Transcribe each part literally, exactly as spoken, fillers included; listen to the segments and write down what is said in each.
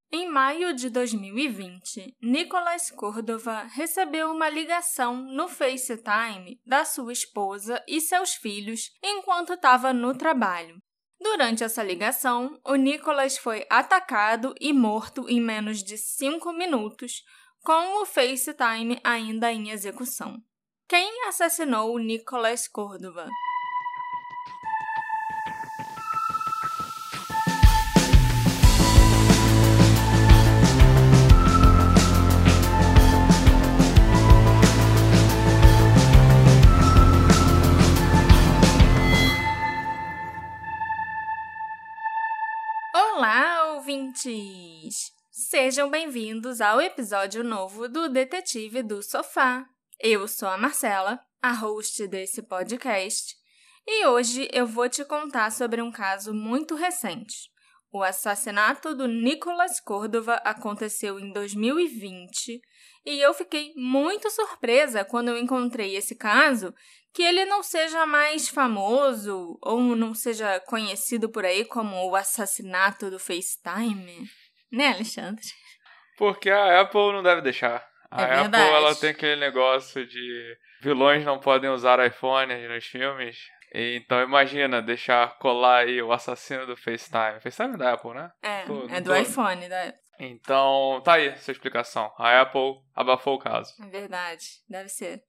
Em maio de dois mil e vinte, Nicolas Cordova recebeu uma ligação no FaceTime da sua esposa e seus filhos enquanto estava no trabalho. Durante essa ligação, o Nicolas foi atacado e morto em menos de cinco minutos, com o FaceTime ainda em execução. Quem assassinou Nicolas Cordova? Olá, ouvintes! Sejam bem-vindos ao episódio novo do Detetive do Sofá. Eu sou a Marcela, a host desse podcast, e hoje eu vou te contar sobre um caso muito recente. O assassinato do Nicolas Cordova aconteceu em dois mil e vinte e eu fiquei muito surpresa quando eu encontrei esse caso, que ele não seja mais famoso ou não seja conhecido por aí como o assassinato do FaceTime. Né, Alexandre? Porque a Apple não deve deixar. A É Apple ela tem aquele negócio de vilões não podem usar iPhone nos filmes. Então imagina deixar colar aí o assassino do FaceTime. O FaceTime é da Apple, né? É, tô, é do tô... iPhone da Apple. Então, tá aí essa explicação. A Apple abafou o caso. É verdade, deve ser.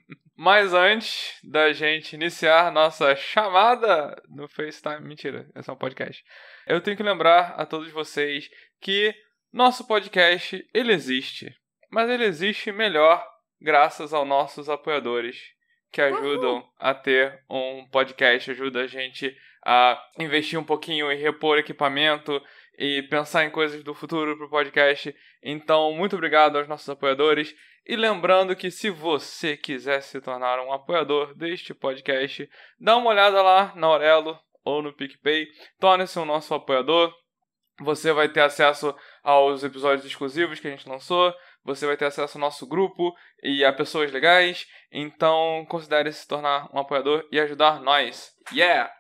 Mas antes da gente iniciar nossa chamada no FaceTime... Mentira, esse é um podcast. Eu tenho que lembrar a todos vocês que nosso podcast, ele existe. Mas ele existe melhor graças aos nossos apoiadores, que ajudam Uhul. a ter um podcast, ajuda a gente a investir um pouquinho em repor equipamento e pensar em coisas do futuro para o podcast. Então, muito obrigado aos nossos apoiadores. E lembrando que se você quiser se tornar um apoiador deste podcast, dá uma olhada lá na Aurelo ou no PicPay, torne-se um nosso apoiador. Você vai ter acesso aos episódios exclusivos que a gente lançou, você vai ter acesso ao nosso grupo e a pessoas legais. Então, considere se tornar um apoiador e ajudar nós. Yeah!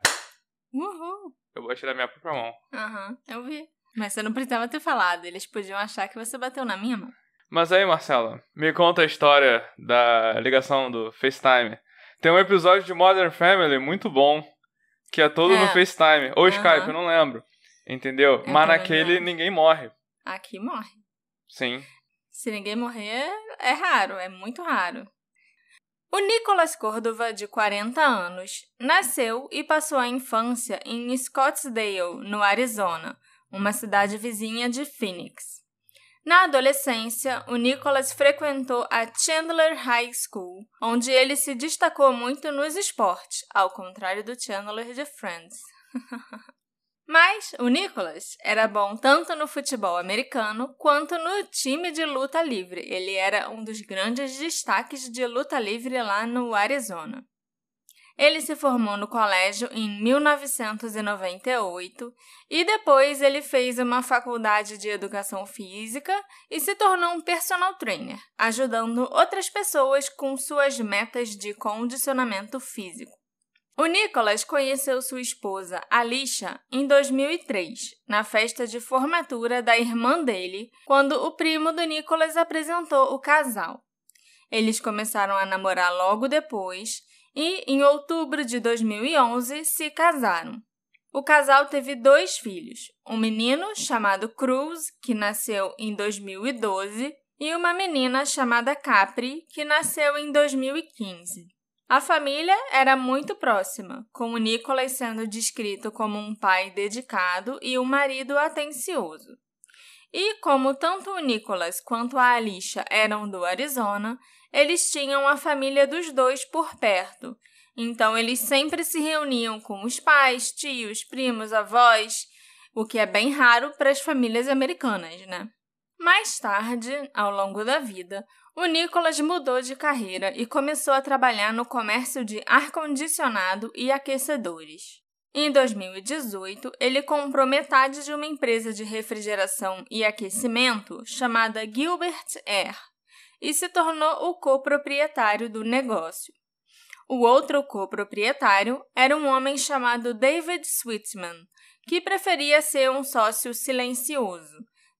Uhul! Eu vou tirar minha própria mão. Aham, uhum, eu vi. Mas você não precisava ter falado, eles podiam achar que você bateu na minha mão. Mas aí, Marcela, me conta a história da ligação do FaceTime. Tem um episódio de Modern Family muito bom, que é todo é. no FaceTime. Ou uhum. Skype, eu não lembro. Entendeu? Eu Mas naquele lembro. ninguém morre. Aqui morre. Sim. Se ninguém morrer, é raro, é muito raro. O Nicolas Cordova, de quarenta anos, nasceu e passou a infância em Scottsdale, no Arizona, uma cidade vizinha de Phoenix. Na adolescência, o Nicolas frequentou a Chandler High School, onde ele se destacou muito nos esportes, ao contrário do Chandler de Friends. Mas o Nicolas era bom tanto no futebol americano quanto no time de luta livre. Ele era um dos grandes destaques de luta livre lá no Arizona. Ele se formou no colégio em mil novecentos e noventa e oito e depois ele fez uma faculdade de educação física e se tornou um personal trainer, ajudando outras pessoas com suas metas de condicionamento físico. O Nicolas conheceu sua esposa, Alicia, em dois mil e três, na festa de formatura da irmã dele, quando o primo do Nicolas apresentou o casal. Eles começaram a namorar logo depois e, em outubro de dois mil e onze, se casaram. O casal teve dois filhos, um menino chamado Cruz, que nasceu em dois mil e doze, e uma menina chamada Capri, que nasceu em dois mil e quinze. A família era muito próxima, com o Nicolas sendo descrito como um pai dedicado e um marido atencioso. E como tanto o Nicolas quanto a Alicia eram do Arizona, eles tinham a família dos dois por perto. Então, eles sempre se reuniam com os pais, tios, primos, avós, o que é bem raro para as famílias americanas, né? Mais tarde, ao longo da vida, o Nicolas mudou de carreira e começou a trabalhar no comércio de ar-condicionado e aquecedores. Em dois mil e dezoito, ele comprou metade de uma empresa de refrigeração e aquecimento chamada Gilbert Air e se tornou o coproprietário do negócio. O outro coproprietário era um homem chamado David Sweetman, que preferia ser um sócio silencioso.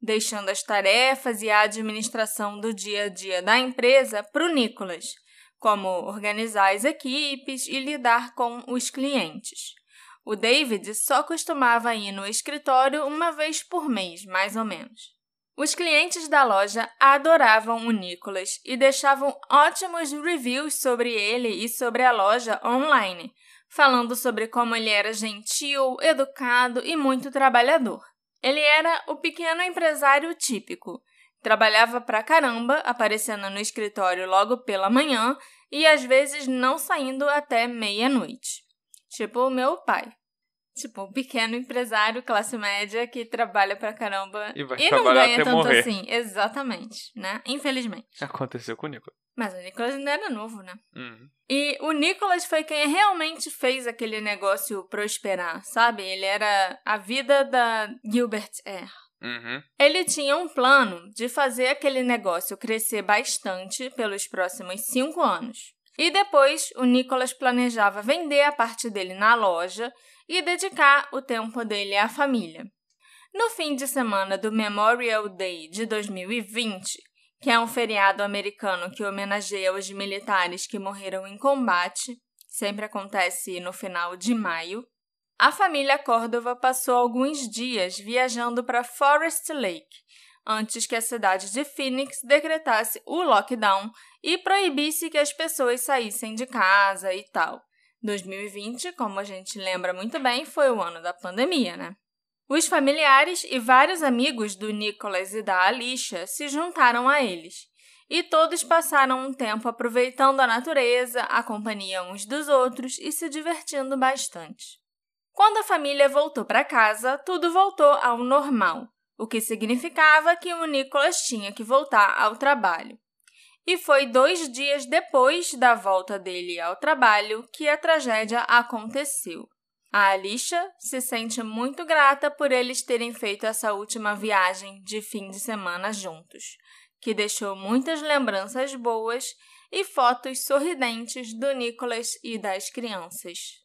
deixando as tarefas e a administração do dia a dia da empresa para o Nicholas, como organizar as equipes e lidar com os clientes. O David só costumava ir no escritório uma vez por mês, mais ou menos. Os clientes da loja adoravam o Nicholas e deixavam ótimos reviews sobre ele e sobre a loja online, falando sobre como ele era gentil, educado e muito trabalhador. Ele era o pequeno empresário típico. Trabalhava pra caramba, aparecendo no escritório logo pela manhã e às vezes não saindo até meia-noite. Tipo o meu pai. Tipo, um pequeno empresário, classe média, que trabalha pra caramba e, vai e não ganha até tanto morrer. assim. Exatamente, né? Infelizmente. Aconteceu com o Nicholas. Mas o Nicholas ainda era novo, né? Uhum. E o Nicholas foi quem realmente fez aquele negócio prosperar, sabe? Ele era a vida da Gilbert Eyre. Uhum. Ele tinha um plano de fazer aquele negócio crescer bastante pelos próximos cinco anos. E depois, o Nicholas planejava vender a parte dele na loja e dedicar o tempo dele à família. No fim de semana do Memorial Day de dois mil e vinte, que é um feriado americano que homenageia os militares que morreram em combate, sempre acontece no final de maio, a família Cordova passou alguns dias viajando para Forest Lake, antes que a cidade de Phoenix decretasse o lockdown e proibisse que as pessoas saíssem de casa e tal. dois mil e vinte, como a gente lembra muito bem, foi o ano da pandemia, né? Os familiares e vários amigos do Nicholas e da Alicia se juntaram a eles, e todos passaram um tempo aproveitando a natureza, a companhia uns dos outros e se divertindo bastante. Quando a família voltou para casa, tudo voltou ao normal, o que significava que o Nicholas tinha que voltar ao trabalho. E foi dois dias depois da volta dele ao trabalho que a tragédia aconteceu. A Alicia se sente muito grata por eles terem feito essa última viagem de fim de semana juntos, que deixou muitas lembranças boas e fotos sorridentes do Nicholas e das crianças.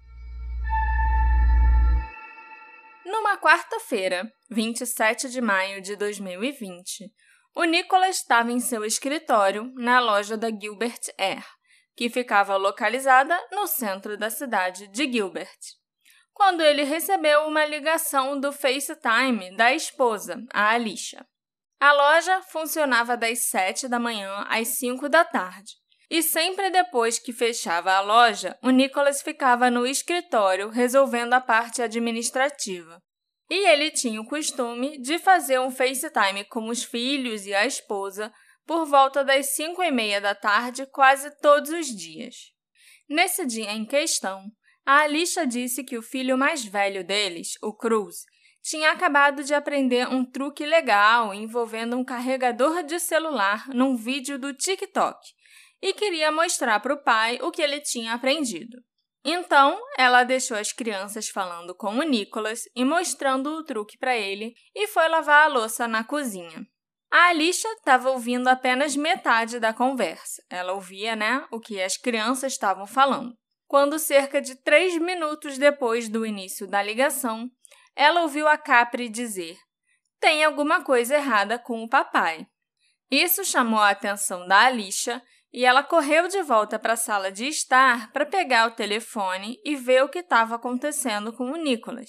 Numa quarta-feira, vinte e sete de maio de dois mil e vinte, o Nicholas estava em seu escritório na loja da Gilbert Eyre, que ficava localizada no centro da cidade de Gilbert, quando ele recebeu uma ligação do FaceTime da esposa, a Alicia. A loja funcionava das sete da manhã às cinco da tarde, e sempre depois que fechava a loja, o Nicholas ficava no escritório resolvendo a parte administrativa. E ele tinha o costume de fazer um FaceTime com os filhos e a esposa por volta das cinco e meia da tarde quase todos os dias. Nesse dia em questão, a Alicia disse que o filho mais velho deles, o Cruz, tinha acabado de aprender um truque legal envolvendo um carregador de celular num vídeo do TikTok e queria mostrar para o pai o que ele tinha aprendido. Então, ela deixou as crianças falando com o Nicholas e mostrando o truque para ele e foi lavar a louça na cozinha. A Alicia estava ouvindo apenas metade da conversa. Ela ouvia, né, o que as crianças estavam falando. Quando, cerca de três minutos depois do início da ligação, ela ouviu a Capri dizer: "Tem alguma coisa errada com o papai." Isso chamou a atenção da Alicia e ela correu de volta para a sala de estar para pegar o telefone e ver o que estava acontecendo com o Nicholas.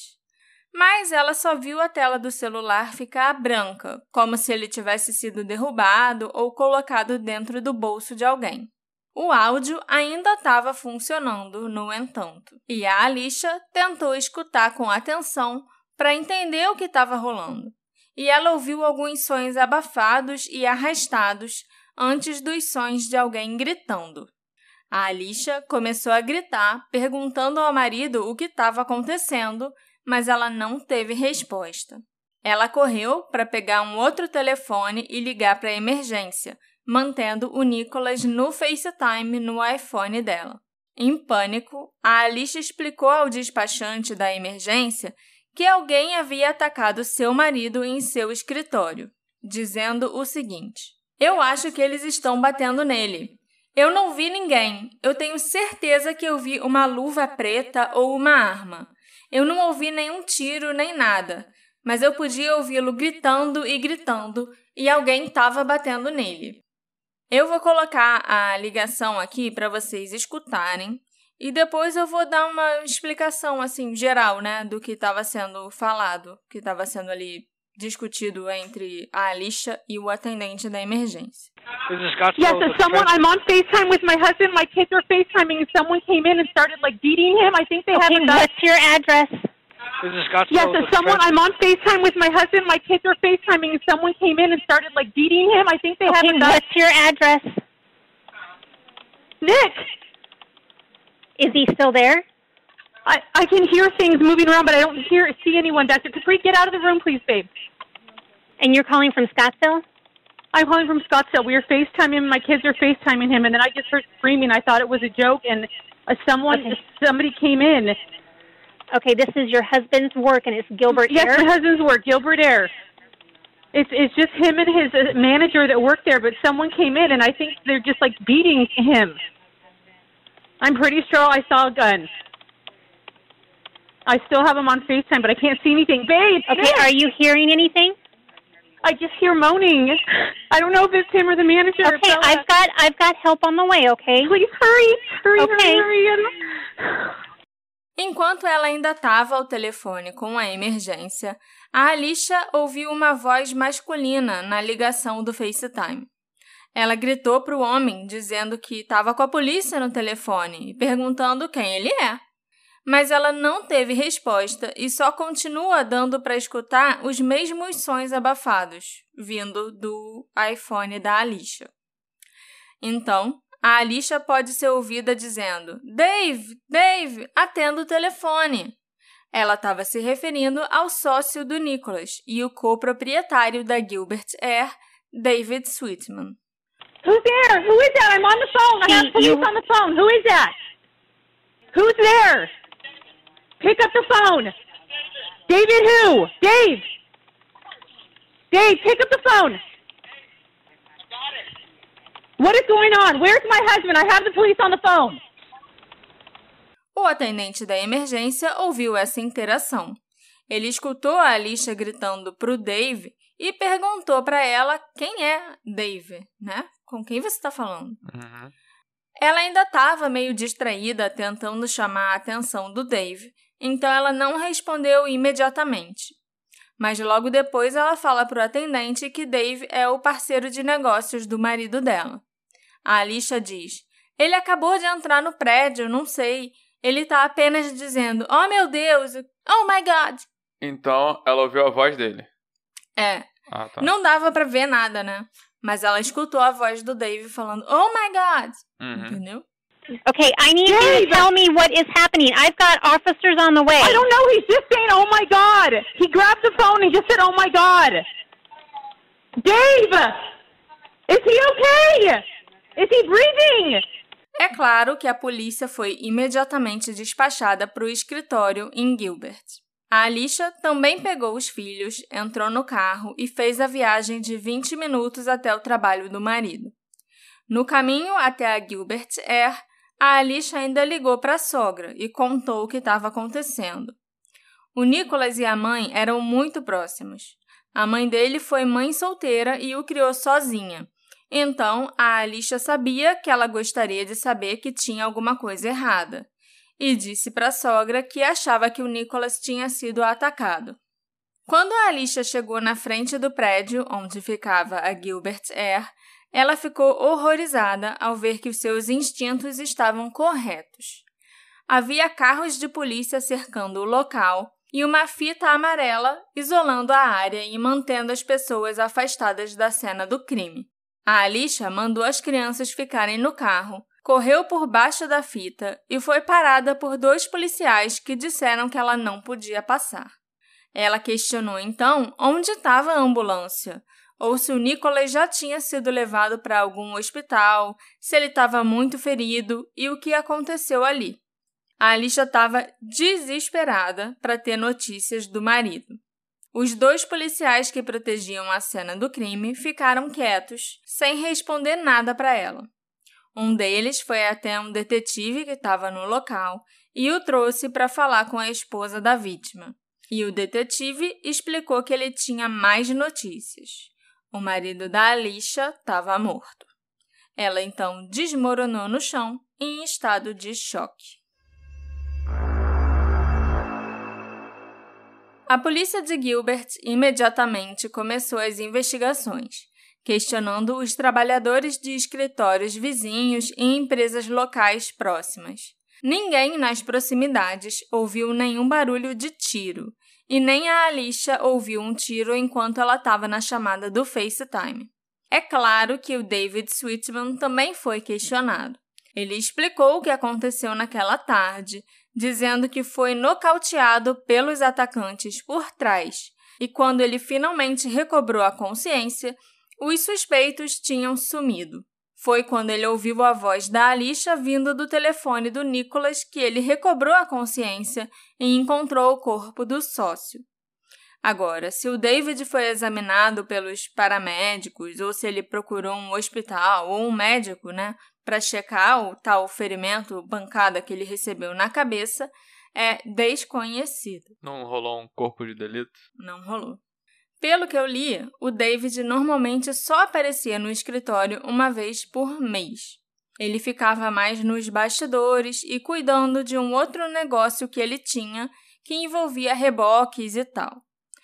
Mas ela só viu a tela do celular ficar branca, como se ele tivesse sido derrubado ou colocado dentro do bolso de alguém. O áudio ainda estava funcionando, no entanto, e a Alicia tentou escutar com atenção para entender o que estava rolando. E ela ouviu alguns sons abafados e arrastados antes dos sons de alguém gritando. A Alicia começou a gritar, perguntando ao marido o que estava acontecendo, mas ela não teve resposta. Ela correu para pegar um outro telefone e ligar para a emergência, mantendo o Nicholas no FaceTime no iPhone dela. Em pânico, a Alicia explicou ao despachante da emergência que alguém havia atacado seu marido em seu escritório, dizendo o seguinte: "Eu acho que eles estão batendo nele. Eu não vi ninguém. Eu tenho certeza que eu vi uma luva preta ou uma arma. Eu não ouvi nenhum tiro nem nada. mas eu podia ouvi-lo gritando e gritando e alguém estava batendo nele. Eu vou colocar a ligação aqui para vocês escutarem e depois eu vou dar uma explicação assim geral, né, do que estava sendo falado, que estava sendo ali discutido entre a Alicia e o atendente da emergência. Yes, if someone, I'm on FaceTime with my husband, my kids are FaceTiming, and someone came in and started, like, beating him. I think they okay, have a gun. What's your address? This is yes, if someone, I'm on FaceTime with my husband, my kids are FaceTiming, and someone came in and started, like, beating him. I think they okay, have a gun. What's your address? Nick! Is he still there? I, I can hear things moving around, but I don't hear see anyone back there. Capri, get out of the room, please, babe. And you're calling from Scottsdale? I'm calling from Scottsdale. We were FaceTiming, my kids are FaceTiming him, and then I just heard screaming. I thought it was a joke, and uh, someone, okay. somebody came in. Okay, this is your husband's work, and it's Gilbert yes, Air? Yes, my husband's work, Gilbert Air. It's it's just him and his uh, manager that work there, but someone came in, and I think they're just, like, beating him. I'm pretty sure I saw a gun. I still have him on FaceTime, but I can't see anything. Babe! Okay, Nick! Are you hearing anything? I just hear moaning. I don't know if it's him or the manager. Okay, I've got I've got help on the way, okay? Please hurry, hurry, okay. hurry, hurry. Enquanto ela ainda estava ao telefone com a emergência, a Alicia ouviu uma voz masculina na ligação do FaceTime. Ela gritou para o homem, dizendo que estava com a polícia no telefone e perguntando quem ele é. Mas ela não teve resposta e só continua dando para escutar os mesmos sons abafados, vindo do iPhone da Alicia. Então, a Alicia pode ser ouvida dizendo: Dave, Dave, atenda o telefone. Ela estava se referindo ao sócio do Nicholas e o coproprietário da Gilbert Air, David Sweetman. Who's there? Who is that? I'm on the phone. I have police you... on the phone. Who is that? Who's there? Pick up the phone. David who? Dave. Dave, pick up the phone. Got it. What is going on? Where's my husband? I have the police on the phone. O atendente da emergência ouviu essa interação. Ele escutou a Alicia gritando para o Dave e perguntou para ela quem é Dave, né? Com quem você está falando? Uhum. Ela ainda estava meio distraída tentando chamar a atenção do Dave, então ela não respondeu imediatamente. Mas logo depois ela fala para o atendente que Dave é o parceiro de negócios do marido dela. A Alicia diz: ele acabou de entrar no prédio, não sei. Ele está apenas dizendo: oh meu Deus, oh my God. Então ela ouviu a voz dele. É. Ah, tá. Não dava para ver nada, né? Mas ela escutou a voz do Dave falando: oh my God. Uhum. Entendeu? Okay, I need Dave. you to tell me what is happening. I've got officers on the way. I don't know. He's just saying, oh my God. He grabbed the phone and just said, oh my God. Dave! Is he okay? Is he breathing? É claro que a polícia foi imediatamente despachada para o escritório em Gilbert. A Alicia também pegou os filhos, entrou no carro e fez a viagem de vinte minutos até o trabalho do marido. No caminho até a Gilbert Air, a Alicia ainda ligou para a sogra e contou o que estava acontecendo. O Nicholas e a mãe eram muito próximos. A mãe dele foi mãe solteira e o criou sozinha. Então, a Alicia sabia que ela gostaria de saber que tinha alguma coisa errada e disse para a sogra que achava que o Nicholas tinha sido atacado. Quando a Alicia chegou na frente do prédio onde ficava a Gilbert Air, ela ficou horrorizada ao ver que os seus instintos estavam corretos. Havia carros de polícia cercando o local e uma fita amarela isolando a área e mantendo as pessoas afastadas da cena do crime. A Alicia mandou as crianças ficarem no carro, correu por baixo da fita e foi parada por dois policiais que disseram que ela não podia passar. Ela questionou então onde estava a ambulância, ou se o Nicholas já tinha sido levado para algum hospital, se ele estava muito ferido e o que aconteceu ali. A Alicia estava desesperada para ter notícias do marido. Os dois policiais que protegiam a cena do crime ficaram quietos, sem responder nada para ela. Um deles foi até um detetive que estava no local e o trouxe para falar com a esposa da vítima. E o detetive explicou que ele tinha mais notícias. O marido da Alicia estava morto. Ela então desmoronou no chão em estado de choque. A polícia de Gilbert imediatamente começou as investigações, questionando os trabalhadores de escritórios vizinhos e empresas locais próximas. Ninguém nas proximidades ouviu nenhum barulho de tiro, e nem a Alicia ouviu um tiro enquanto ela estava na chamada do FaceTime. É claro que o David Sweetman também foi questionado. Ele explicou o que aconteceu naquela tarde, dizendo que foi nocauteado pelos atacantes por trás, e quando ele finalmente recobrou a consciência, os suspeitos tinham sumido. Foi quando ele ouviu a voz da Alicia vindo do telefone do Nicholas que ele recobrou a consciência e encontrou o corpo do sócio. Agora, se o David foi examinado pelos paramédicos ou se ele procurou um hospital ou um médico, né, para checar o tal ferimento, pancada que ele recebeu na cabeça, é desconhecido. Não rolou um corpo de delito? Não rolou. Pelo que eu li, o David normalmente só aparecia no escritório uma vez por mês. Ele ficava mais nos bastidores e cuidando de um outro negócio que ele tinha, que envolvia reboques e tal.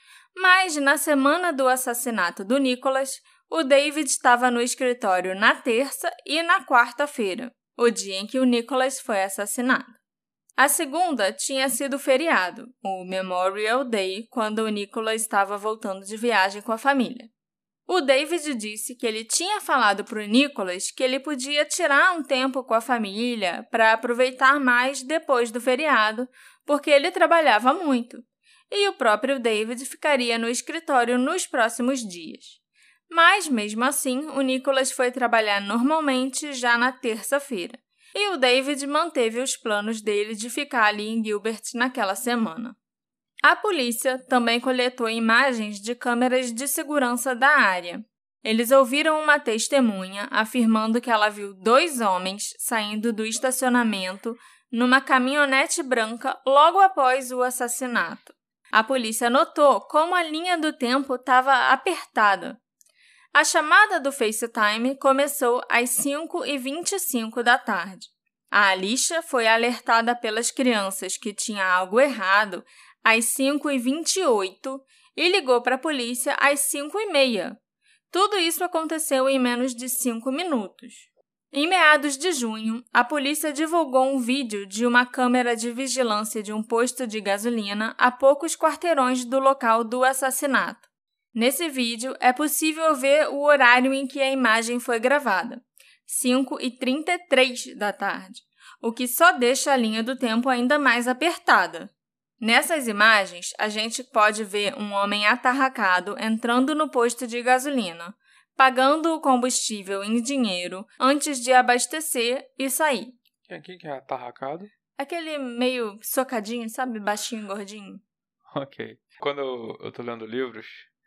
Mas, na semana do assassinato do Nicholas, o David estava no escritório na terça e na quarta-feira, o dia em que o Nicholas foi assassinado. A segunda tinha sido feriado, o Memorial Day, quando o Nicholas estava voltando de viagem com a família. O David disse que ele tinha falado para o Nicholas que ele podia tirar um tempo com a família para aproveitar mais depois do feriado, porque ele trabalhava muito, e o próprio David ficaria no escritório nos próximos dias. Mas, mesmo assim, o Nicholas foi trabalhar normalmente já na terça-feira. E o David manteve os planos dele de ficar ali em Gilbert naquela semana. A polícia também coletou imagens de câmeras de segurança da área. Eles ouviram uma testemunha afirmando que ela viu dois homens saindo do estacionamento numa caminhonete branca logo após o assassinato. A polícia notou como a linha do tempo estava apertada. A chamada do FaceTime começou às cinco e vinte e cinco da tarde. A Alicia foi alertada pelas crianças que tinha algo errado às cinco e vinte e oito e ligou para a polícia às cinco e meia. Tudo isso aconteceu em menos de cinco minutos. Em meados de junho, a polícia divulgou um vídeo de uma câmera de vigilância de um posto de gasolina a poucos quarteirões do local do assassinato. Nesse vídeo, é possível ver o horário em que a imagem foi gravada, cinco e trinta e três da tarde, o que só deixa a linha do tempo ainda mais apertada. Nessas imagens, a gente pode ver um homem atarracado entrando no posto de gasolina, pagando o combustível em dinheiro antes de abastecer e sair. Quem que é atarracado? Aquele meio socadinho, sabe? Baixinho, gordinho. Ok. Quando eu, eu tô lendo livros,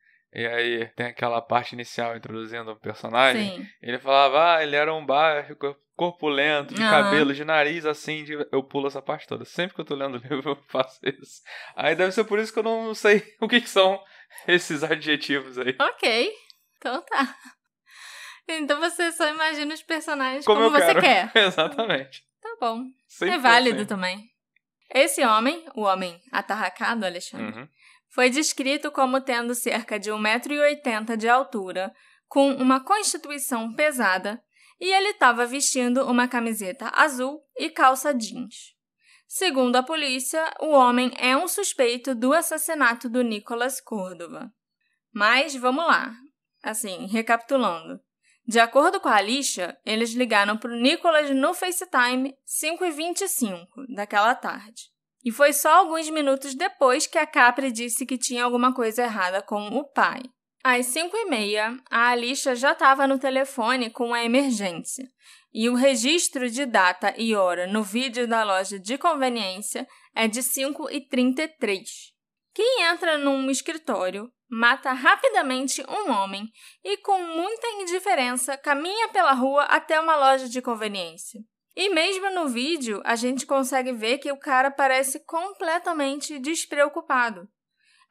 e aí tem aquela parte inicial introduzindo o personagem, Sim. ele falava, ah, ele era um baixo, corpulento, de Uhum. cabelo, de nariz, assim, de... eu pulo essa parte toda. Sempre que eu tô lendo livro, eu faço isso. Aí deve ser por isso que eu não sei o que são esses adjetivos aí. Ok, então tá. Então você só imagina os personagens Como, como, eu você quero. quer. Exatamente. Tá bom. Sempre é válido assim. também. Esse homem, o homem atarracado, Alexandre, Uhum. foi descrito como tendo cerca de um metro e oitenta de altura, com uma constituição pesada, e ele estava vestindo uma camiseta azul e calça jeans. Segundo a polícia, o homem é um suspeito do assassinato do Nicholas Cordova. Mas vamos lá, assim, recapitulando. De acordo com a Alicia, eles ligaram para o Nicholas no FaceTime cinco e vinte e cinco daquela tarde. E foi só alguns minutos depois que a Capri disse que tinha alguma coisa errada com o pai. Às cinco e meia, a Alicia já estava no telefone com a emergência. E o registro de data e hora no vídeo da loja de conveniência é de cinco e trinta e três. Quem entra num escritório, mata rapidamente um homem e, com muita indiferença, caminha pela rua até uma loja de conveniência. E mesmo no vídeo, a gente consegue ver que o cara parece completamente despreocupado.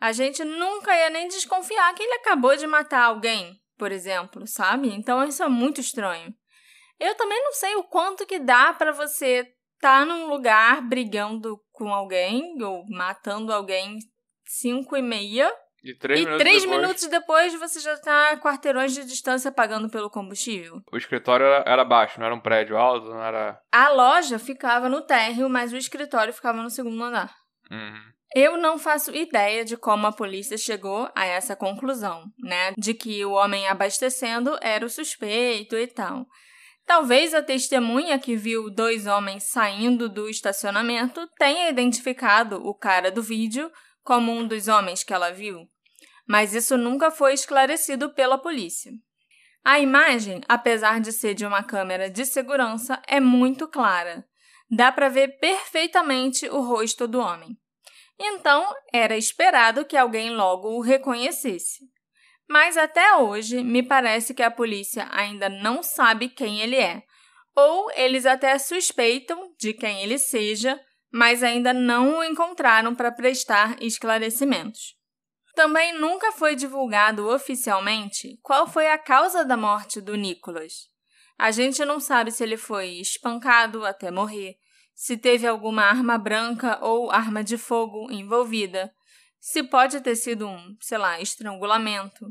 a gente nunca ia nem desconfiar que ele acabou de matar alguém, por exemplo, sabe? Então isso é muito estranho. Eu também não sei o quanto que dá pra você estar num lugar brigando com alguém ou matando alguém cinco e meia e três, e minutos, três depois... minutos depois você já tá a quarteirões de distância pagando pelo combustível. O escritório era, era baixo, não era um prédio alto, não era... A loja ficava no térreo, mas o escritório ficava no segundo andar. Uhum. Eu não faço ideia de como a polícia chegou a essa conclusão, né? De que o homem abastecendo era o suspeito e tal. Talvez a testemunha que viu dois homens saindo do estacionamento tenha identificado o cara do vídeo como um dos homens que ela viu, mas isso nunca foi esclarecido pela polícia. A imagem, apesar de ser de uma câmera de segurança, é muito clara. Dá para ver perfeitamente o rosto do homem. Então, era esperado que alguém logo o reconhecesse. Mas até hoje, me parece que a polícia ainda não sabe quem ele é, ou eles até suspeitam de quem ele seja, mas ainda não o encontraram para prestar esclarecimentos. Também nunca foi divulgado oficialmente qual foi a causa da morte do Nicholas. A gente não sabe se ele foi espancado até morrer, se teve alguma arma branca ou arma de fogo envolvida, se pode ter sido um, sei lá, estrangulamento.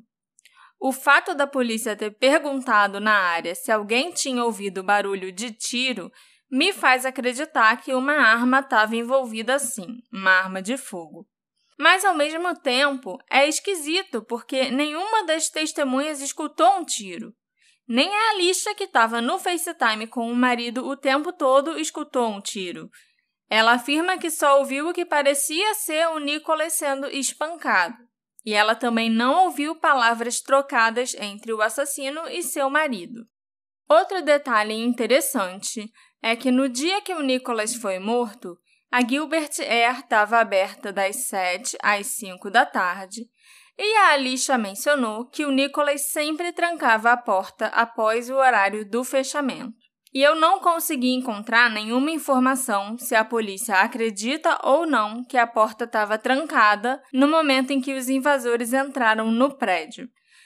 O fato da polícia ter perguntado na área se alguém tinha ouvido barulho de tiro me faz acreditar que uma arma estava envolvida sim, uma arma de fogo. Mas, ao mesmo tempo, é esquisito porque nenhuma das testemunhas escutou um tiro. Nem a Alicia, que estava no FaceTime com o marido o tempo todo, escutou um tiro. Ela afirma que só ouviu o que parecia ser o Nicholas sendo espancado. E ela também não ouviu palavras trocadas entre o assassino e seu marido. Outro detalhe interessante é que no dia que o Nicholas foi morto, a Gilbert Air estava aberta das sete às cinco da tarde e a Alicia mencionou que o Nicholas sempre trancava a porta após o horário do fechamento. E eu não consegui encontrar nenhuma informação se a polícia acredita ou não que a porta estava trancada no momento em que os invasores entraram no prédio.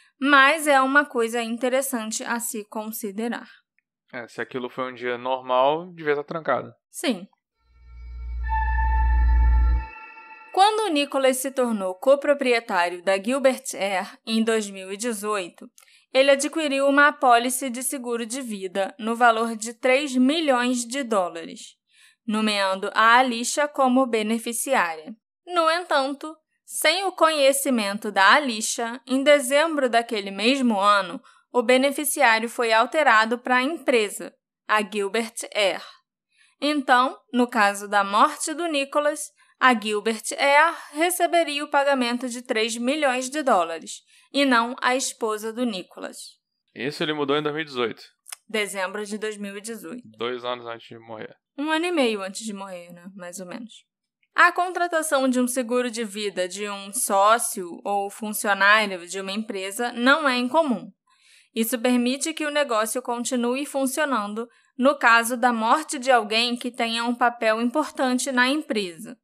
Mas é uma coisa interessante a se considerar. É, se aquilo foi um dia normal, devia estar trancado. Sim. Quando o Nicholas se tornou coproprietário da Gilbert Air em dois mil e dezoito, ele adquiriu uma apólice de seguro de vida no valor de três milhões de dólares, nomeando a Alicia como beneficiária. No entanto, sem o conhecimento da Alicia, em dezembro daquele mesmo ano, o beneficiário foi alterado para a empresa, a Gilbert Air. Então, no caso da morte do Nicholas, a Gilbert Air receberia o pagamento de três milhões de dólares, e não a esposa do Nicholas. Isso ele mudou em dois mil e dezoito. Dezembro de dois mil e dezoito. Dois anos antes de morrer. Um ano e meio antes de morrer, né? Mais ou menos. A contratação de um seguro de vida de um sócio ou funcionário de uma empresa não é incomum. Isso permite que o negócio continue funcionando no caso da morte de alguém que tenha um papel importante na empresa.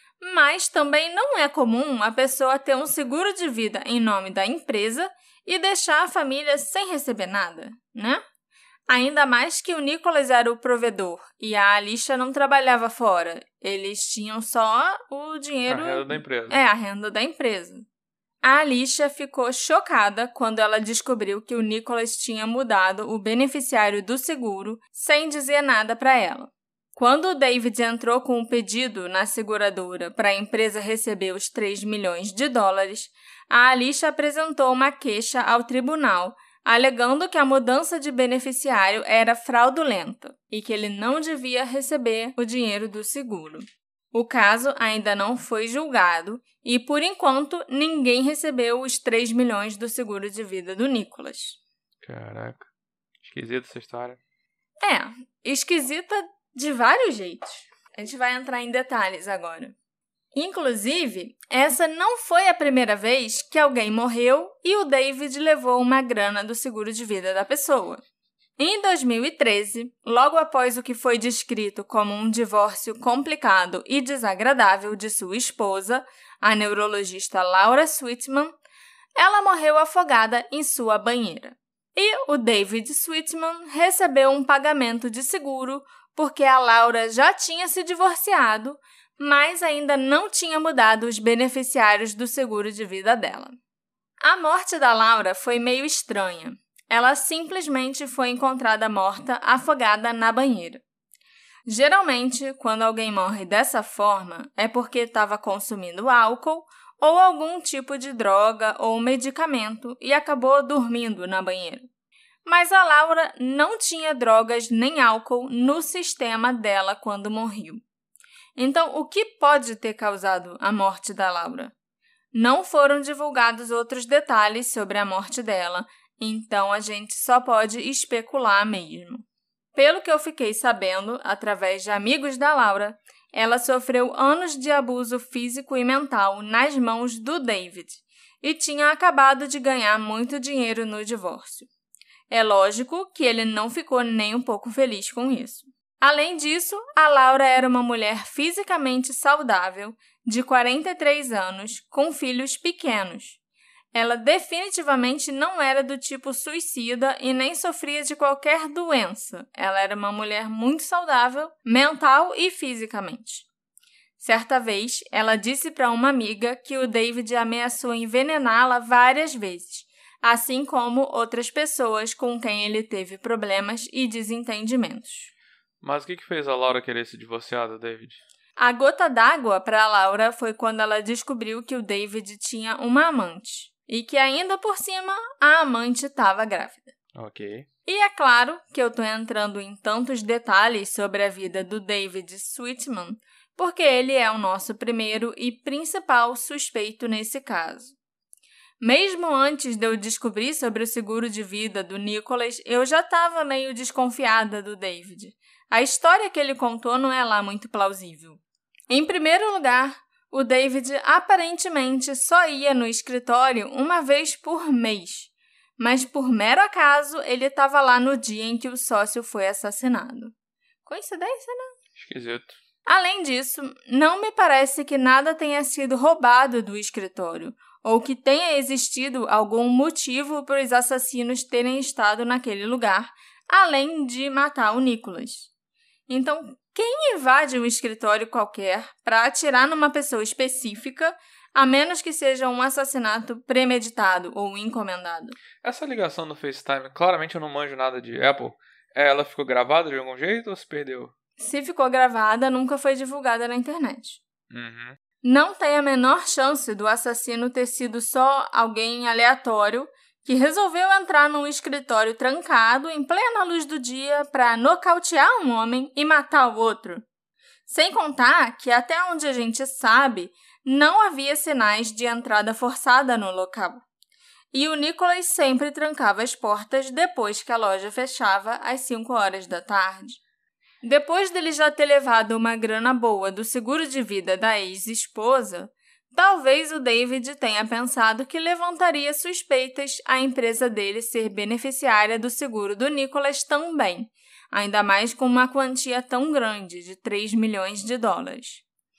Mas também não é comum a pessoa ter um seguro de vida em nome da empresa e deixar a família sem receber nada, né? Ainda mais que o Nicholas era o provedor e a Alicia não trabalhava fora. Eles tinham só o dinheiro... A renda da empresa. É, a renda da empresa. A Alicia ficou chocada quando ela descobriu que o Nicholas tinha mudado o beneficiário do seguro sem dizer nada para ela. Quando o David entrou com um pedido na seguradora para a empresa receber os três milhões de dólares, a Alicia apresentou uma queixa ao tribunal, alegando que a mudança de beneficiário era fraudulenta e que ele não devia receber o dinheiro do seguro. O caso ainda não foi julgado e, por enquanto, ninguém recebeu os três milhões do seguro de vida do Nicholas. Caraca, esquisita essa história. É, esquisita de vários jeitos. A gente vai entrar em detalhes agora. Inclusive, essa não foi a primeira vez que alguém morreu e o David levou uma grana do seguro de vida da pessoa. Em dois mil e treze, logo após o que foi descrito como um divórcio complicado e desagradável de sua esposa, a neurologista Laura Sweetman, ela morreu afogada em sua banheira. E o David Sweetman recebeu um pagamento de seguro porque a Laura já tinha se divorciado, mas ainda não tinha mudado os beneficiários do seguro de vida dela. A morte da Laura foi meio estranha. Ela simplesmente foi encontrada morta, afogada na banheira. Geralmente, quando alguém morre dessa forma, é porque estava consumindo álcool ou algum tipo de droga ou medicamento e acabou dormindo na banheira. Mas a Laura não tinha drogas nem álcool no sistema dela quando morreu. Então, o que pode ter causado a morte da Laura? Não foram divulgados outros detalhes sobre a morte dela, então a gente só pode especular mesmo. Pelo que eu fiquei sabendo, através de amigos da Laura, ela sofreu anos de abuso físico e mental nas mãos do David e tinha acabado de ganhar muito dinheiro no divórcio. É lógico que ele não ficou nem um pouco feliz com isso. Além disso, a Laura era uma mulher fisicamente saudável, de quarenta e três anos, com filhos pequenos. Ela definitivamente não era do tipo suicida e nem sofria de qualquer doença. Ela era uma mulher muito saudável, mental e fisicamente. Certa vez, ela disse para uma amiga que o David ameaçou envenená-la várias vezes, assim como outras pessoas com quem ele teve problemas e desentendimentos. Mas o que fez a Laura querer se divorciar do David? A gota d'água para a Laura foi quando ela descobriu que o David tinha uma amante. E que ainda por cima, a amante estava grávida. Ok. E é claro que eu estou entrando em tantos detalhes sobre a vida do David Sweetman, porque ele é o nosso primeiro e principal suspeito nesse caso. Mesmo antes de eu descobrir sobre o seguro de vida do Nicholas, eu já estava meio desconfiada do David. A história que ele contou não é lá muito plausível. Em primeiro lugar, o David aparentemente só ia no escritório uma vez por mês, mas por mero acaso ele estava lá no dia em que o sócio foi assassinado. Coincidência, né? Esquisito. Além disso, não me parece que nada tenha sido roubado do escritório, ou que tenha existido algum motivo para os assassinos terem estado naquele lugar, além de matar o Nicholas. Então, quem invade um escritório qualquer para atirar numa pessoa específica, a menos que seja um assassinato premeditado ou encomendado? Essa ligação no FaceTime, claramente eu não manjo nada de Apple. Ela ficou gravada de algum jeito ou se perdeu? Se ficou gravada, nunca foi divulgada na internet. Uhum. Não tem a menor chance do assassino ter sido só alguém aleatório que resolveu entrar num escritório trancado em plena luz do dia para nocautear um homem e matar o outro. Sem contar que, até onde a gente sabe, não havia sinais de entrada forçada no local. E o Nicholas sempre trancava as portas depois que a loja fechava às cinco horas da tarde. Depois dele já ter levado uma grana boa do seguro de vida da ex-esposa, talvez o David tenha pensado que levantaria suspeitas a empresa dele ser beneficiária do seguro do Nicholas também, ainda mais com uma quantia tão grande, de três milhões de dólares.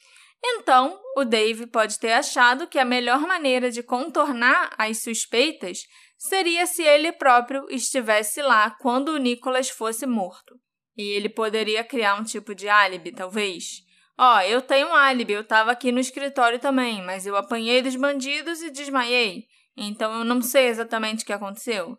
Então, o Dave pode ter achado que a melhor maneira de contornar as suspeitas seria se ele próprio estivesse lá quando o Nicholas fosse morto. E ele poderia criar um tipo de álibi, talvez. Ó, oh, eu tenho um álibi, eu estava aqui no escritório também, mas eu apanhei dos bandidos e desmaiei. Então eu não sei exatamente o que aconteceu.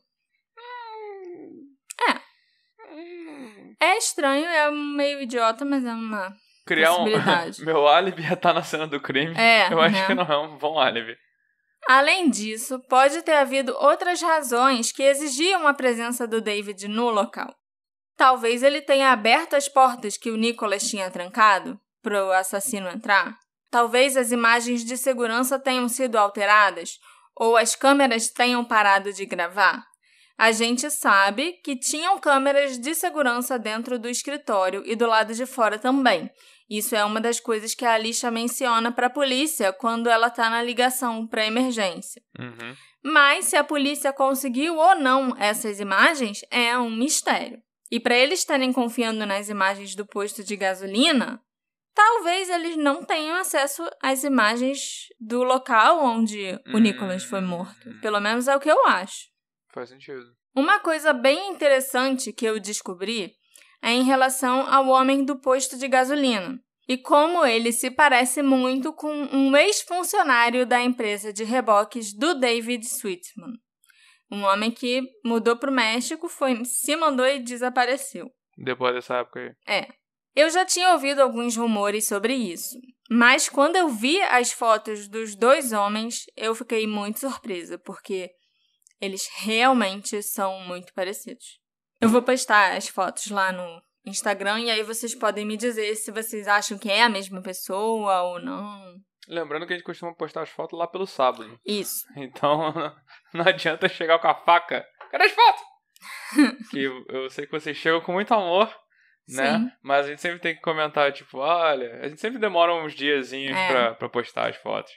É. É estranho, é meio idiota, mas é uma Criar possibilidade. Um... Meu álibi é estar na cena do crime. É, eu acho né? que não é um bom álibi. Além disso, pode ter havido outras razões que exigiam a presença do David no local. Talvez ele tenha aberto as portas que o Nicholas tinha trancado para o assassino entrar. Talvez as imagens de segurança tenham sido alteradas ou as câmeras tenham parado de gravar. A gente sabe que tinham câmeras de segurança dentro do escritório e do lado de fora também. Isso é uma das coisas que a Alicia menciona para a polícia quando ela está na ligação para emergência. Uhum. Mas se a polícia conseguiu ou não essas imagens é um mistério. E para eles estarem confiando nas imagens do posto de gasolina, talvez eles não tenham acesso às imagens do local onde o Hum. Nicholas foi morto. Pelo menos é o que eu acho. Faz sentido. Uma coisa bem interessante que eu descobri é em relação ao homem do posto de gasolina e como ele se parece muito com um ex-funcionário da empresa de reboques do David Sweetman. Um homem que mudou para o México, foi, se mandou e desapareceu. Depois dessa época aí. É. Eu já tinha ouvido alguns rumores sobre isso, mas quando eu vi as fotos dos dois homens, eu fiquei muito surpresa, porque eles realmente são muito parecidos. Eu vou postar as fotos lá no Instagram e aí vocês podem me dizer se vocês acham que é a mesma pessoa ou não. Lembrando que a gente costuma postar as fotos lá pelo sábado. Isso. Então, não adianta chegar com a faca. Cadê as fotos? Que eu, eu sei que vocês chegam com muito amor, né? Sim. Mas a gente sempre tem que comentar, tipo, olha, a gente sempre demora uns diazinhos É. pra, pra postar as fotos.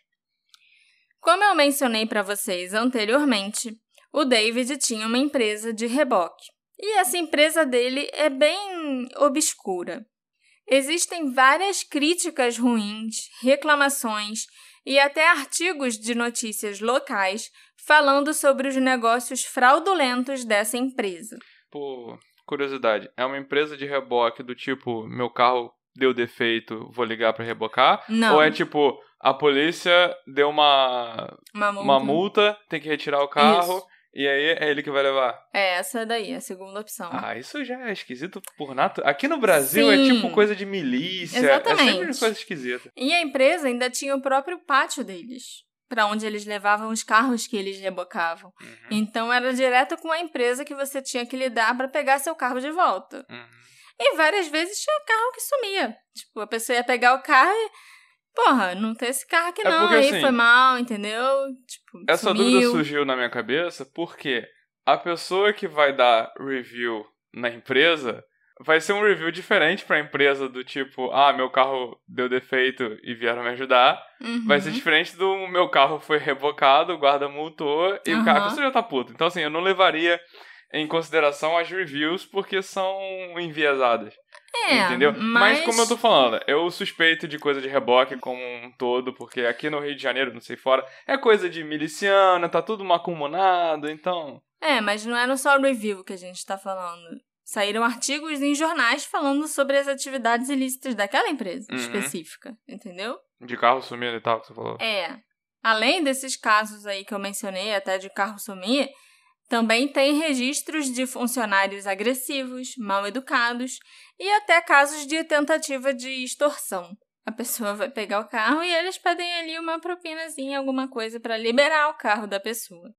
Como eu mencionei para vocês anteriormente, o David tinha uma empresa de reboque. E essa empresa dele é bem obscura. Existem várias críticas ruins, reclamações e até artigos de notícias locais falando sobre os negócios fraudulentos dessa empresa. Por curiosidade, é uma empresa de reboque do tipo, meu carro deu defeito, vou ligar pra rebocar? Não. Ou é tipo, a polícia deu uma, Uma multa. uma multa, tem que retirar o carro, Isso. e aí é ele que vai levar? É essa daí, a segunda opção. Ah, isso já é esquisito por nato. Aqui no Brasil é Sim. tipo coisa de milícia. Exatamente. É sempre coisa esquisita. E a empresa ainda tinha o próprio pátio deles, para onde eles levavam os carros que eles rebocavam. Uhum. Então era direto com a empresa que você tinha que lidar para pegar seu carro de volta. Uhum. E várias vezes tinha carro que sumia. Tipo, a pessoa ia pegar o carro e... Porra, não tem esse carro aqui É não, porque, aí assim, foi mal, entendeu? Tipo, Essa sumiu. dúvida surgiu na minha cabeça porque a pessoa que vai dar review na empresa vai ser um review diferente pra empresa do tipo, ah, meu carro deu defeito e vieram me ajudar. Uhum. Vai ser diferente do meu carro foi rebocado, o guarda multou e Uhum. o cara, a pessoa já tá puto. Então assim, eu não levaria em consideração as reviews porque são enviesadas. É, Entendeu? mas... Mas como eu tô falando, eu suspeito de coisa de reboque como um todo, porque aqui no Rio de Janeiro, não sei fora, é coisa de miliciana, tá tudo macumunado, então... É, mas não era só review que a gente tá falando. Saíram artigos em jornais falando sobre as atividades ilícitas daquela empresa Uhum. específica, entendeu? De carro sumindo e tal, que você falou. É. Além desses casos aí que eu mencionei, até de carro sumir, também tem registros de funcionários agressivos, mal educados e até casos de tentativa de extorsão. A pessoa vai pegar o carro e eles pedem ali uma propinazinha, alguma coisa para liberar o carro da pessoa.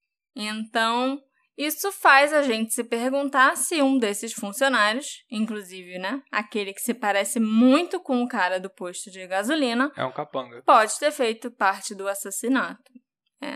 Então, isso faz a gente se perguntar se um desses funcionários, inclusive, né, aquele que se parece muito com o cara do posto de gasolina, É um capanga. pode ter feito parte do assassinato. É.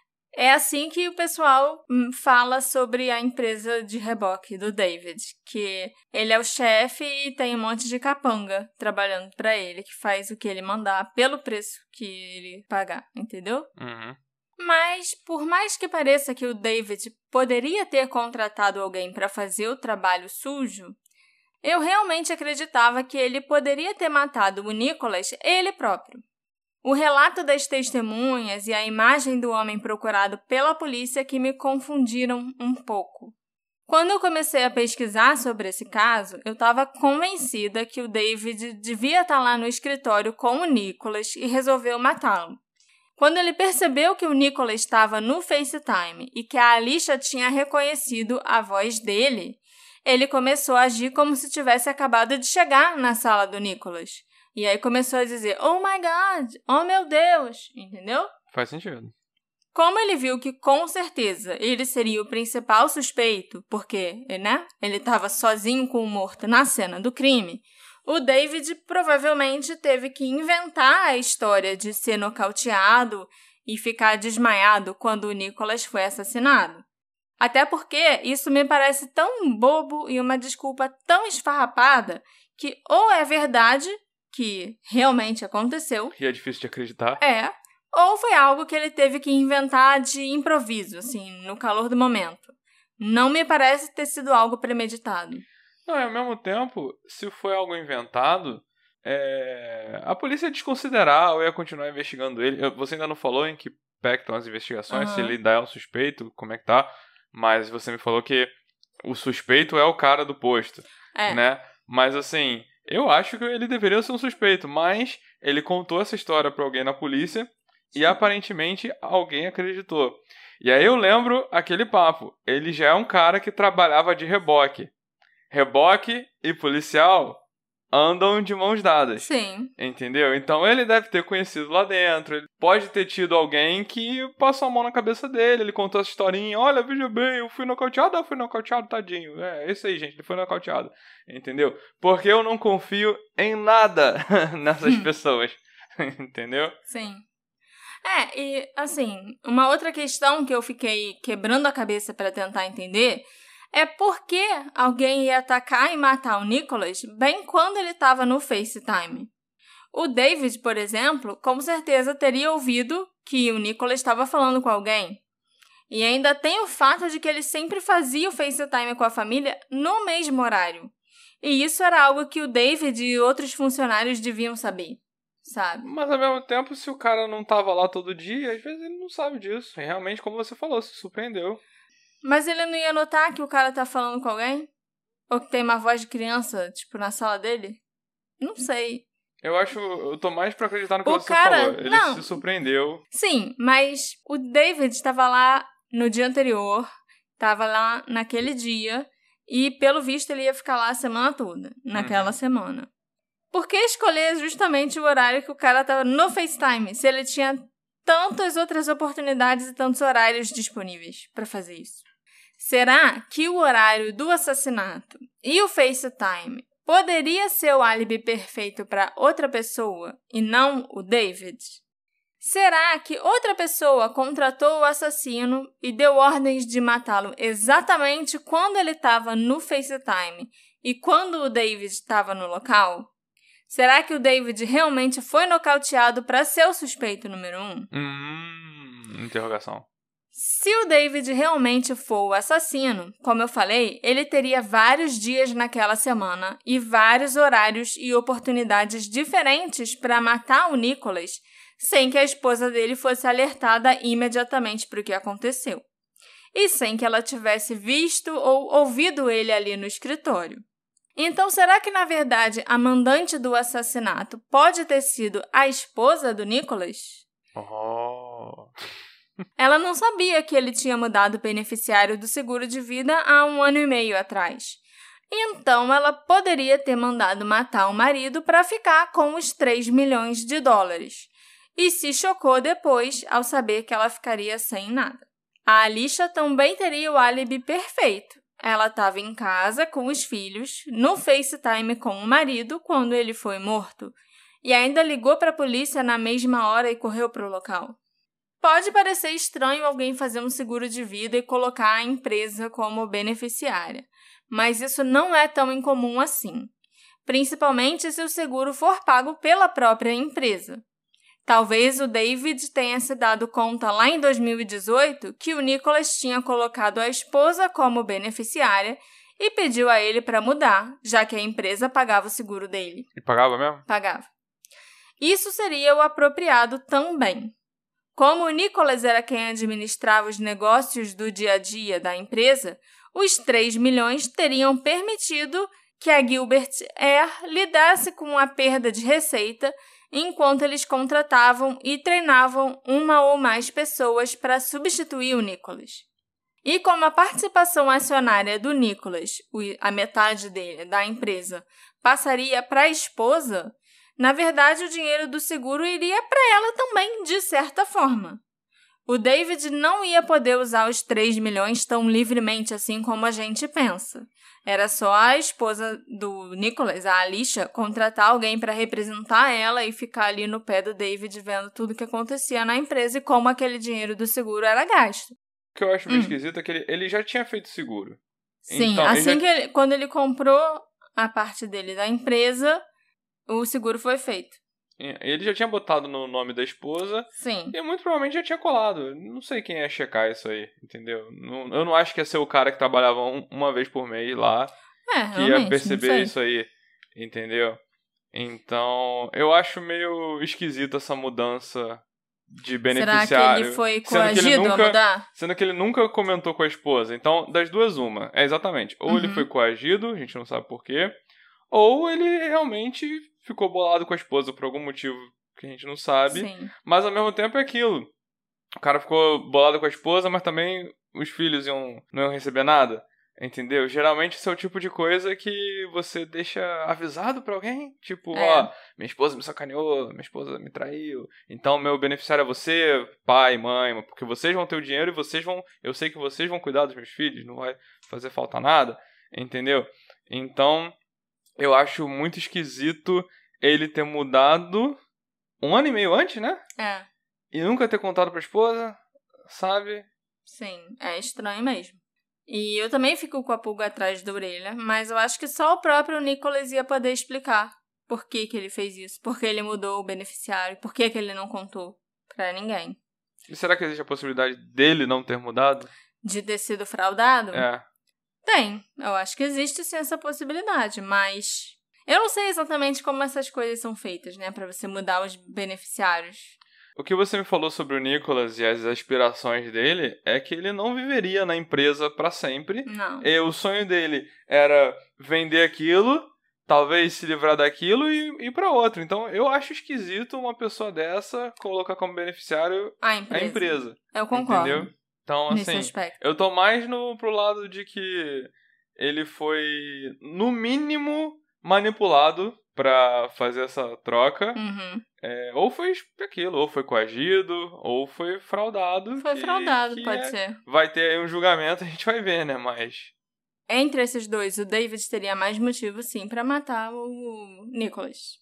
É assim que o pessoal fala sobre a empresa de reboque do David, que ele é o chefe e tem um monte de capanga trabalhando para ele, que faz o que ele mandar pelo preço que ele pagar, entendeu? Uhum. Mas, por mais que pareça que o David poderia ter contratado alguém para fazer o trabalho sujo, eu realmente acreditava que ele poderia ter matado o Nicholas ele próprio. O relato das testemunhas e a imagem do homem procurado pela polícia que me confundiram um pouco. Quando eu comecei a pesquisar sobre esse caso, eu estava convencida que o David devia estar lá no escritório com o Nicholas e resolveu matá-lo. Quando ele percebeu que o Nicholas estava no FaceTime e que a Alicia tinha reconhecido a voz dele, ele começou a agir como se tivesse acabado de chegar na sala do Nicholas. E aí começou a dizer, oh my God, oh meu Deus, entendeu? Faz sentido. Como ele viu que, com certeza, ele seria o principal suspeito, porque, né, ele estava sozinho com o morto na cena do crime, o David provavelmente teve que inventar a história de ser nocauteado e ficar desmaiado quando o Nicholas foi assassinado. Até porque isso me parece tão bobo e uma desculpa tão esfarrapada que ou é verdade que realmente aconteceu. E é difícil de acreditar. É. Ou foi algo que ele teve que inventar de improviso, assim, no calor do momento. Não me parece ter sido algo premeditado. Não, e ao mesmo tempo, se foi algo inventado, é, a polícia ia desconsiderar ou ia continuar investigando ele. Eu, você ainda não falou em que pé que estão as investigações, uhum. se ele ainda é um suspeito, como é que tá. Mas você me falou que o suspeito é o cara do posto, é. né? Mas assim, eu acho que ele deveria ser um suspeito, mas ele contou essa história pra alguém na polícia e aparentemente alguém acreditou. E aí eu lembro aquele papo, ele já é um cara que trabalhava de reboque. Reboque e policial andam de mãos dadas. Sim. Entendeu? Então ele deve ter conhecido lá dentro. Ele pode ter tido alguém que passou a mão na cabeça dele. Ele contou essa historinha. Olha, veja bem, eu fui nocauteado. Eu fui nocauteado, tadinho. É, isso aí, gente. Ele foi nocauteado. Entendeu? Porque eu não confio em nada nessas pessoas. Entendeu? Sim. É, e assim, uma outra questão que eu fiquei quebrando a cabeça para tentar entender é por que alguém ia atacar e matar o Nicholas bem quando ele estava no FaceTime. O David, por exemplo, com certeza teria ouvido que o Nicholas estava falando com alguém. E ainda tem o fato de que ele sempre fazia o FaceTime com a família no mesmo horário. E isso era algo que o David e outros funcionários deviam saber, sabe? Mas ao mesmo tempo, se o cara não estava lá todo dia, às vezes ele não sabe disso. E realmente, como você falou, se surpreendeu. Mas ele não ia notar que o cara tá falando com alguém? Ou que tem uma voz de criança, tipo, na sala dele? Não sei. Eu acho... Eu tô mais pra acreditar no que o você cara, falou. Ele não. se surpreendeu. Sim, mas o David estava lá no dia anterior, estava lá naquele dia, e pelo visto ele ia ficar lá a semana toda, naquela uhum. semana. Por que escolher justamente o horário que o cara tava no FaceTime, se ele tinha tantas outras oportunidades e tantos horários disponíveis para fazer isso? Será que o horário do assassinato e o FaceTime poderia ser o álibi perfeito para outra pessoa e não o David? Será que outra pessoa contratou o assassino e deu ordens de matá-lo exatamente quando ele estava no FaceTime e quando o David estava no local? Será que o David realmente foi nocauteado para ser o suspeito número um? Hum, interrogação. Se o David realmente for o assassino, como eu falei, ele teria vários dias naquela semana e vários horários e oportunidades diferentes para matar o Nicholas sem que a esposa dele fosse alertada imediatamente para o que aconteceu. E sem que ela tivesse visto ou ouvido ele ali no escritório. Então, será que, na verdade, a mandante do assassinato pode ter sido a esposa do Nicholas? Oh... Ela não sabia que ele tinha mudado o beneficiário do seguro de vida há um ano e meio atrás. Então, ela poderia ter mandado matar o marido para ficar com os três milhões de dólares. E se chocou depois ao saber que ela ficaria sem nada. A Alicia também teria o álibi perfeito. Ela estava em casa com os filhos, no FaceTime com o marido quando ele foi morto. E ainda ligou para a polícia na mesma hora e correu para o local. Pode parecer estranho alguém fazer um seguro de vida e colocar a empresa como beneficiária, mas isso não é tão incomum assim, principalmente se o seguro for pago pela própria empresa. Talvez o David tenha se dado conta lá em dois mil e dezoito que o Nicholas tinha colocado a esposa como beneficiária e pediu a ele para mudar, já que a empresa pagava o seguro dele. E pagava mesmo? Pagava. Isso seria o apropriado também. Como o Nicholas era quem administrava os negócios do dia a dia da empresa, os três milhões teriam permitido que a Gilbert Air lidasse com a perda de receita enquanto eles contratavam e treinavam uma ou mais pessoas para substituir o Nicholas. E como a participação acionária do Nicholas, a metade dele, da empresa, passaria para a esposa, na verdade, o dinheiro do seguro iria para ela também, de certa forma. O David não ia poder usar os três milhões tão livremente assim como a gente pensa. Era só a esposa do Nicholas, a Alicia, contratar alguém para representar ela e ficar ali no pé do David vendo tudo o que acontecia na empresa e como aquele dinheiro do seguro era gasto. O que eu acho meio hum. esquisito é que ele, ele já tinha feito seguro. Sim, então, assim ele já... que ele, quando ele comprou a parte dele da empresa, o seguro foi feito. Ele já tinha botado no nome da esposa. Sim. E muito provavelmente já tinha colado. Não sei quem ia checar isso aí, entendeu? Não, eu não acho que ia ser o cara que trabalhava um, uma vez por mês lá é, que ia perceber isso aí, entendeu? Então, eu acho meio esquisito essa mudança de beneficiário. Será que ele foi coagido ele nunca, a mudar? Sendo que ele nunca comentou com a esposa. Então, das duas, uma. É exatamente. Ou Uhum. ele foi coagido, a gente não sabe por quê. Ou ele realmente ficou bolado com a esposa por algum motivo que a gente não sabe. Sim. Mas, ao mesmo tempo, é aquilo. O cara ficou bolado com a esposa, mas também os filhos iam, não iam receber nada. Entendeu? Geralmente isso é o tipo de coisa que você deixa avisado pra alguém. Tipo, É. ó, minha esposa me sacaneou, minha esposa me traiu. Então meu beneficiário é você, pai, mãe, porque vocês vão ter o dinheiro e vocês vão... Eu sei que vocês vão cuidar dos meus filhos, não vai fazer falta nada. Entendeu? Então, eu acho muito esquisito ele ter mudado um ano e meio antes, né? É, E nunca ter contado pra esposa, sabe? sim. É estranho mesmo. E eu também fico com a pulga atrás da orelha, mas eu acho que só o próprio Nicholas ia poder explicar por que que ele fez isso, por que ele mudou o beneficiário, por que que ele não contou pra ninguém. E será que existe a possibilidade dele não ter mudado? De ter sido fraudado? É. Tem. Eu acho que existe sim essa possibilidade, mas eu não sei exatamente como essas coisas são feitas, né, pra você mudar os beneficiários. O que você me falou sobre o Nicholas e as aspirações dele é que ele não viveria na empresa pra sempre. Não. E o sonho dele era vender aquilo, talvez se livrar daquilo e ir pra outro. Então eu acho esquisito uma pessoa dessa colocar como beneficiário A empresa. a empresa. Eu concordo. Entendeu? Então, Nesse assim, aspecto. eu tô mais no, pro lado de que ele foi, no mínimo, manipulado pra fazer essa troca. Uhum. É, ou foi aquilo, ou foi coagido, ou foi fraudado. Foi que- fraudado, que pode é- ser. Vai ter aí um julgamento, a gente vai ver, né? Mas. Entre esses dois, o David teria mais motivo, sim, pra matar o Nicholas.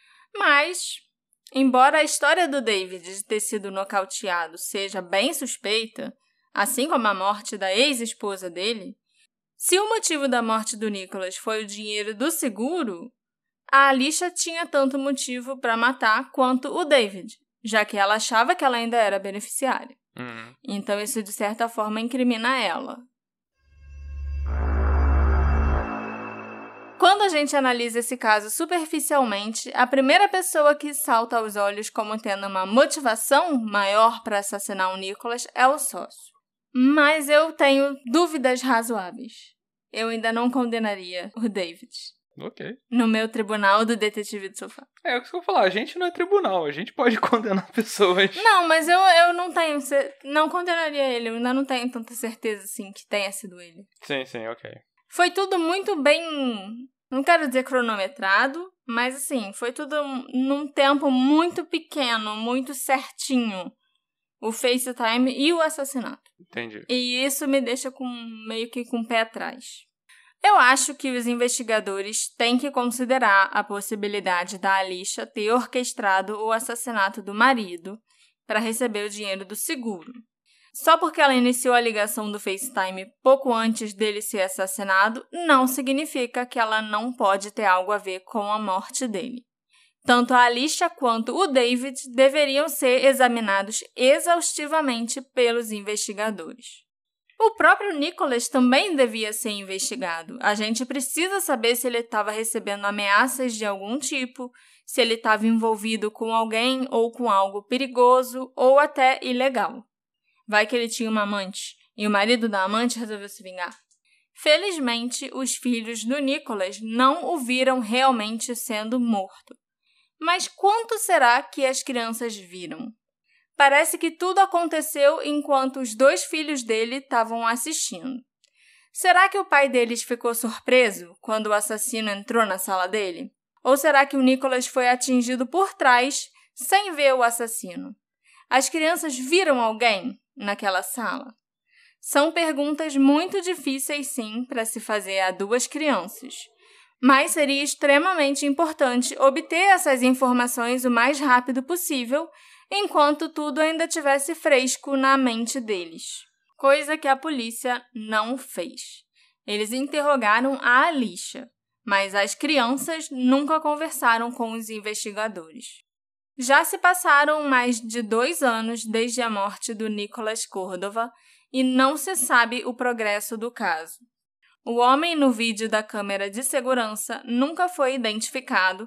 Mas, embora a história do David de ter sido nocauteado seja bem suspeita, assim como a morte da ex-esposa dele, se o motivo da morte do Nicholas foi o dinheiro do seguro, a Alicia tinha tanto motivo para matar quanto o David, já que ela achava que ela ainda era beneficiária. Hum, Então isso, de certa forma, incrimina ela. Quando a gente analisa esse caso superficialmente, a primeira pessoa que salta aos olhos como tendo uma motivação maior para assassinar o Nicholas é o sócio. Mas eu tenho dúvidas razoáveis. Eu ainda não condenaria o David ok. no meu tribunal do detetive de sofá. É o que eu vou falar, a gente não é tribunal, a gente pode condenar pessoas. Não, mas eu, eu não tenho... cer- Não condenaria ele, eu ainda não tenho tanta certeza, assim, que tenha sido ele. Sim, sim, ok. Foi tudo muito bem... Não quero dizer cronometrado, mas, assim, foi tudo num tempo muito pequeno, muito certinho. O FaceTime e o assassinato. Entendi. E isso me deixa com meio que com o pé atrás. Eu acho que os investigadores têm que considerar a possibilidade da Alicia ter orquestrado o assassinato do marido para receber o dinheiro do seguro. Só porque ela iniciou a ligação do FaceTime pouco antes dele ser assassinado, não significa que ela não pode ter algo a ver com a morte dele. Tanto a Alicia quanto o David deveriam ser examinados exaustivamente pelos investigadores. O próprio Nicholas também devia ser investigado. A gente precisa saber se ele estava recebendo ameaças de algum tipo, se ele estava envolvido com alguém ou com algo perigoso ou até ilegal. Vai que ele tinha uma amante e o marido da amante resolveu se vingar. Felizmente, os filhos do Nicholas não o viram realmente sendo morto. Mas quanto será que as crianças viram? Parece que tudo aconteceu enquanto os dois filhos dele estavam assistindo. Será que o pai deles ficou surpreso quando o assassino entrou na sala dele? Ou será que o Nicholas foi atingido por trás sem ver o assassino? As crianças viram alguém naquela sala? São perguntas muito difíceis, sim, para se fazer a duas crianças. Mas seria extremamente importante obter essas informações o mais rápido possível, enquanto tudo ainda estivesse fresco na mente deles. Coisa que a polícia não fez. Eles interrogaram a Alicia, mas as crianças nunca conversaram com os investigadores. Já se passaram mais de dois anos desde a morte do Nicholas Cordova e não se sabe o progresso do caso. O homem no vídeo da câmera de segurança nunca foi identificado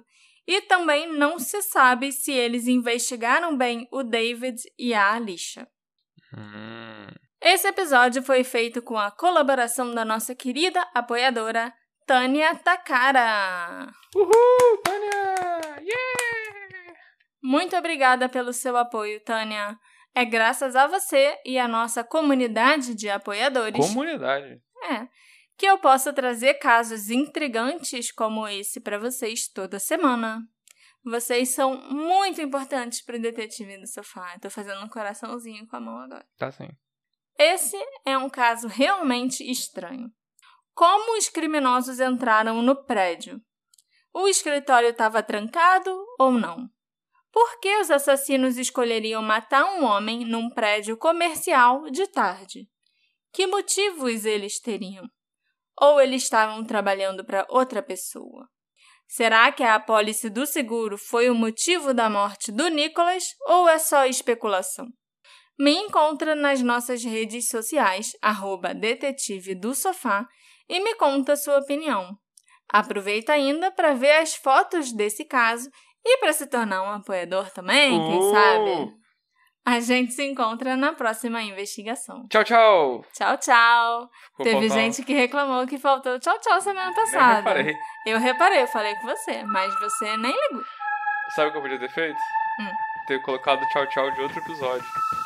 E também não se sabe se eles investigaram bem o David e a Alicia. Hum. Esse episódio foi feito com a colaboração da nossa querida apoiadora, Tânia Takara. Uhul, Tânia! Yeah! Muito obrigada pelo seu apoio, Tânia. É graças a você e a nossa comunidade de apoiadores... Comunidade? É, que eu posso trazer casos intrigantes como esse para vocês toda semana. Vocês são muito importantes para o Detetive do Sofá. Estou fazendo um coraçãozinho com a mão agora. Tá sim. Esse é um caso realmente estranho. Como os criminosos entraram no prédio? O escritório estava trancado ou não? Por que os assassinos escolheriam matar um homem num prédio comercial de tarde? Que motivos eles teriam? Ou eles estavam trabalhando para outra pessoa? Será que a apólice do seguro foi o motivo da morte do Nicholas ou é só especulação? Me encontra nas nossas redes sociais, arroba Detetive do Sofá, e me conta sua opinião. Aproveita ainda para ver as fotos desse caso e para se tornar um apoiador também, quem uh! sabe? A gente se encontra na próxima investigação. Tchau, tchau! Tchau, tchau! Vou Teve faltar... gente que reclamou que faltou tchau, tchau semana Nem passada. reparei. Eu reparei, eu falei com você, mas você nem ligou. Sabe o que eu podia ter feito? Hum. Ter colocado tchau, tchau de outro episódio.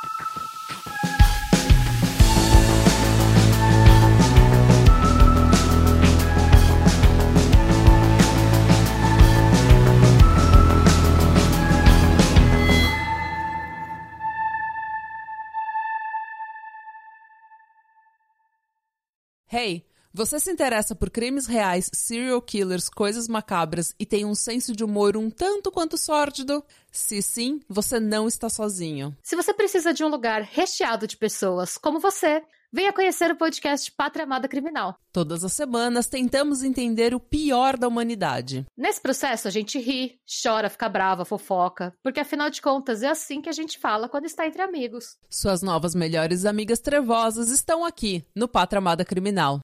Hey, você se interessa por crimes reais, serial killers, coisas macabras e tem um senso de humor um tanto quanto sórdido? Se sim, você não está sozinho. Se você precisa de um lugar recheado de pessoas como você, venha conhecer o podcast Pátria Amada Criminal. Todas as semanas tentamos entender o pior da humanidade. Nesse processo a gente ri, chora, fica brava, fofoca, porque afinal de contas é assim que a gente fala quando está entre amigos. Suas novas melhores amigas trevosas estão aqui no Pátria Amada Criminal.